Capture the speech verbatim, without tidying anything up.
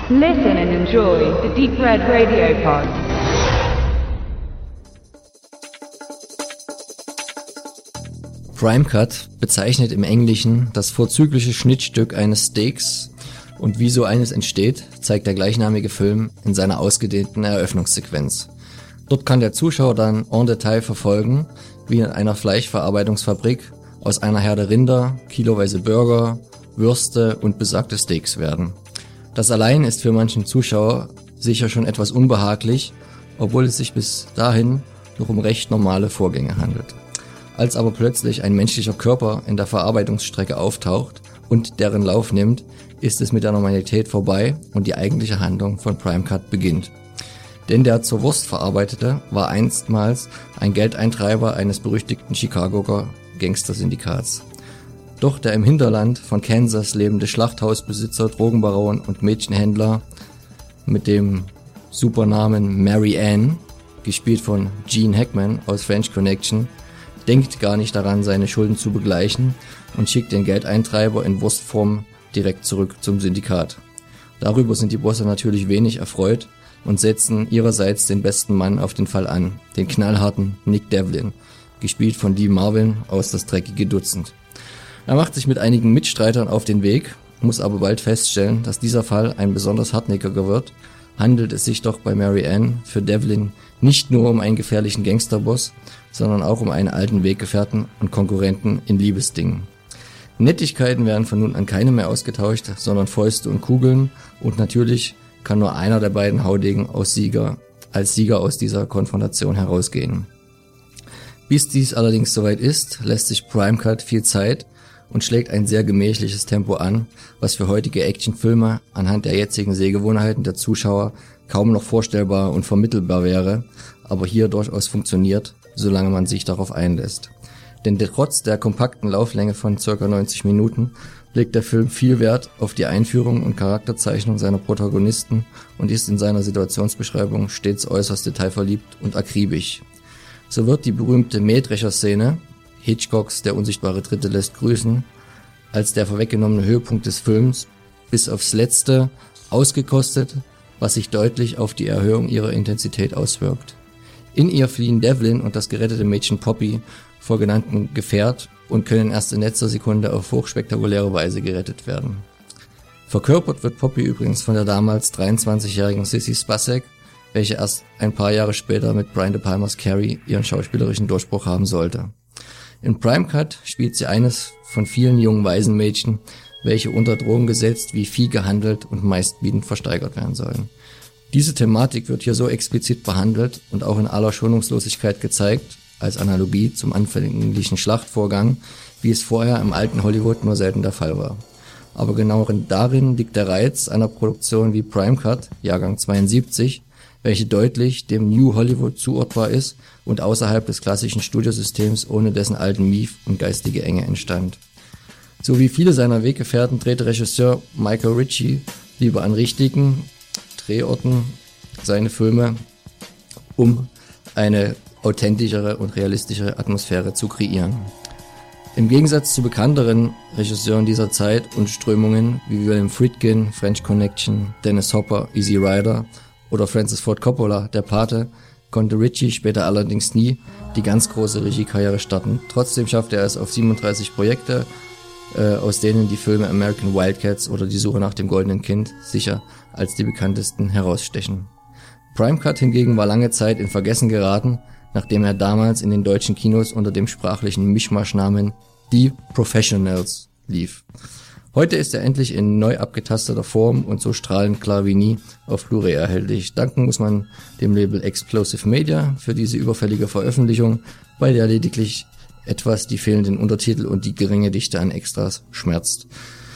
Listen and enjoy the Deep Red Radio Pod. Prime Cut bezeichnet im Englischen das vorzügliche Schnittstück eines Steaks, und wie so eines entsteht, zeigt der gleichnamige Film in seiner ausgedehnten Eröffnungssequenz. Dort kann der Zuschauer dann en Detail verfolgen, wie in einer Fleischverarbeitungsfabrik aus einer Herde Rinder kiloweise Burger, Würste und besagte Steaks werden. Das allein ist für manchen Zuschauer sicher schon etwas unbehaglich, obwohl es sich bis dahin noch um recht normale Vorgänge handelt. Als aber plötzlich ein menschlicher Körper in der Verarbeitungsstrecke auftaucht und deren Lauf nimmt, ist es mit der Normalität vorbei und die eigentliche Handlung von Prime Cut beginnt. Denn der zur Wurst verarbeitete war einstmals ein Geldeintreiber eines berüchtigten Chicagoer Gangstersyndikats. Doch der im Hinterland von Kansas lebende Schlachthausbesitzer, Drogenbaron und Mädchenhändler mit dem Supernamen Mary Ann, gespielt von Gene Hackman aus French Connection, denkt gar nicht daran, seine Schulden zu begleichen und schickt den Geldeintreiber in Wurstform direkt zurück zum Syndikat. Darüber sind die Bosse natürlich wenig erfreut und setzen ihrerseits den besten Mann auf den Fall an, den knallharten Nick Devlin, gespielt von Dee Marvin aus Das dreckige Dutzend. Er macht sich mit einigen Mitstreitern auf den Weg, muss aber bald feststellen, dass dieser Fall ein besonders hartnäckiger wird. Handelt es sich doch bei Mary Ann für Devlin nicht nur um einen gefährlichen Gangsterboss, sondern auch um einen alten Weggefährten und Konkurrenten in Liebesdingen. Nettigkeiten werden von nun an keine mehr ausgetauscht, sondern Fäuste und Kugeln, und natürlich kann nur einer der beiden Haudegen aus Sieger, als Sieger aus dieser Konfrontation herausgehen. Bis dies allerdings soweit ist, lässt sich Prime Cut viel Zeit und schlägt ein sehr gemächliches Tempo an, was für heutige Actionfilme anhand der jetzigen Sehgewohnheiten der Zuschauer kaum noch vorstellbar und vermittelbar wäre, aber hier durchaus funktioniert, solange man sich darauf einlässt. Denn trotz der kompakten Lauflänge von ca. neunzig Minuten legt der Film viel Wert auf die Einführung und Charakterzeichnung seiner Protagonisten und ist in seiner Situationsbeschreibung stets äußerst detailverliebt und akribisch. So wird die berühmte Mähdrescher-Szene, Hitchcocks Der unsichtbare Dritte lässt grüßen, als der vorweggenommene Höhepunkt des Films bis aufs Letzte ausgekostet, was sich deutlich auf die Erhöhung ihrer Intensität auswirkt. In ihr fliehen Devlin und das gerettete Mädchen Poppy vor genannten Gefährt und können erst in letzter Sekunde auf hochspektakuläre Weise gerettet werden. Verkörpert wird Poppy übrigens von der damals dreiundzwanzigjährigen Sissy Spacek, welche erst ein paar Jahre später mit Brian De Palmas Carrie ihren schauspielerischen Durchbruch haben sollte. In Prime Cut spielt sie eines von vielen jungen Waisenmädchen, welche unter Drogen gesetzt wie Vieh gehandelt und meistbietend versteigert werden sollen. Diese Thematik wird hier so explizit behandelt und auch in aller Schonungslosigkeit gezeigt, als Analogie zum anfänglichen Schlachtvorgang, wie es vorher im alten Hollywood nur selten der Fall war. Aber genau darin liegt der Reiz einer Produktion wie Prime Cut, Jahrgang zweiundsiebzig, welche deutlich dem New Hollywood zuordbar ist und außerhalb des klassischen Studiosystems ohne dessen alten Mief und geistige Enge entstand. So wie viele seiner Weggefährten drehte Regisseur Michael Ritchie lieber an richtigen Drehorten seine Filme, um eine authentischere und realistischere Atmosphäre zu kreieren. Im Gegensatz zu bekannteren Regisseuren dieser Zeit und Strömungen wie William Friedkin, French Connection, Dennis Hopper, Easy Rider oder Francis Ford Coppola, Der Pate, konnte Ritchie später allerdings nie die ganz große Regiekarriere starten. Trotzdem schaffte er es auf siebenunddreißig Projekte, äh, aus denen die Filme American Wildcats oder Die Suche nach dem goldenen Kind sicher als die bekanntesten herausstechen. Prime Cut hingegen war lange Zeit in Vergessen geraten, nachdem er damals in den deutschen Kinos unter dem sprachlichen Mischmaschnamen Die Professionals lief. Heute ist er endlich in neu abgetasteter Form und so strahlend klar wie nie auf Blu-ray erhältlich. Danken muss man dem Label Explosive Media für diese überfällige Veröffentlichung, bei der lediglich etwas die fehlenden Untertitel und die geringe Dichte an Extras schmerzt.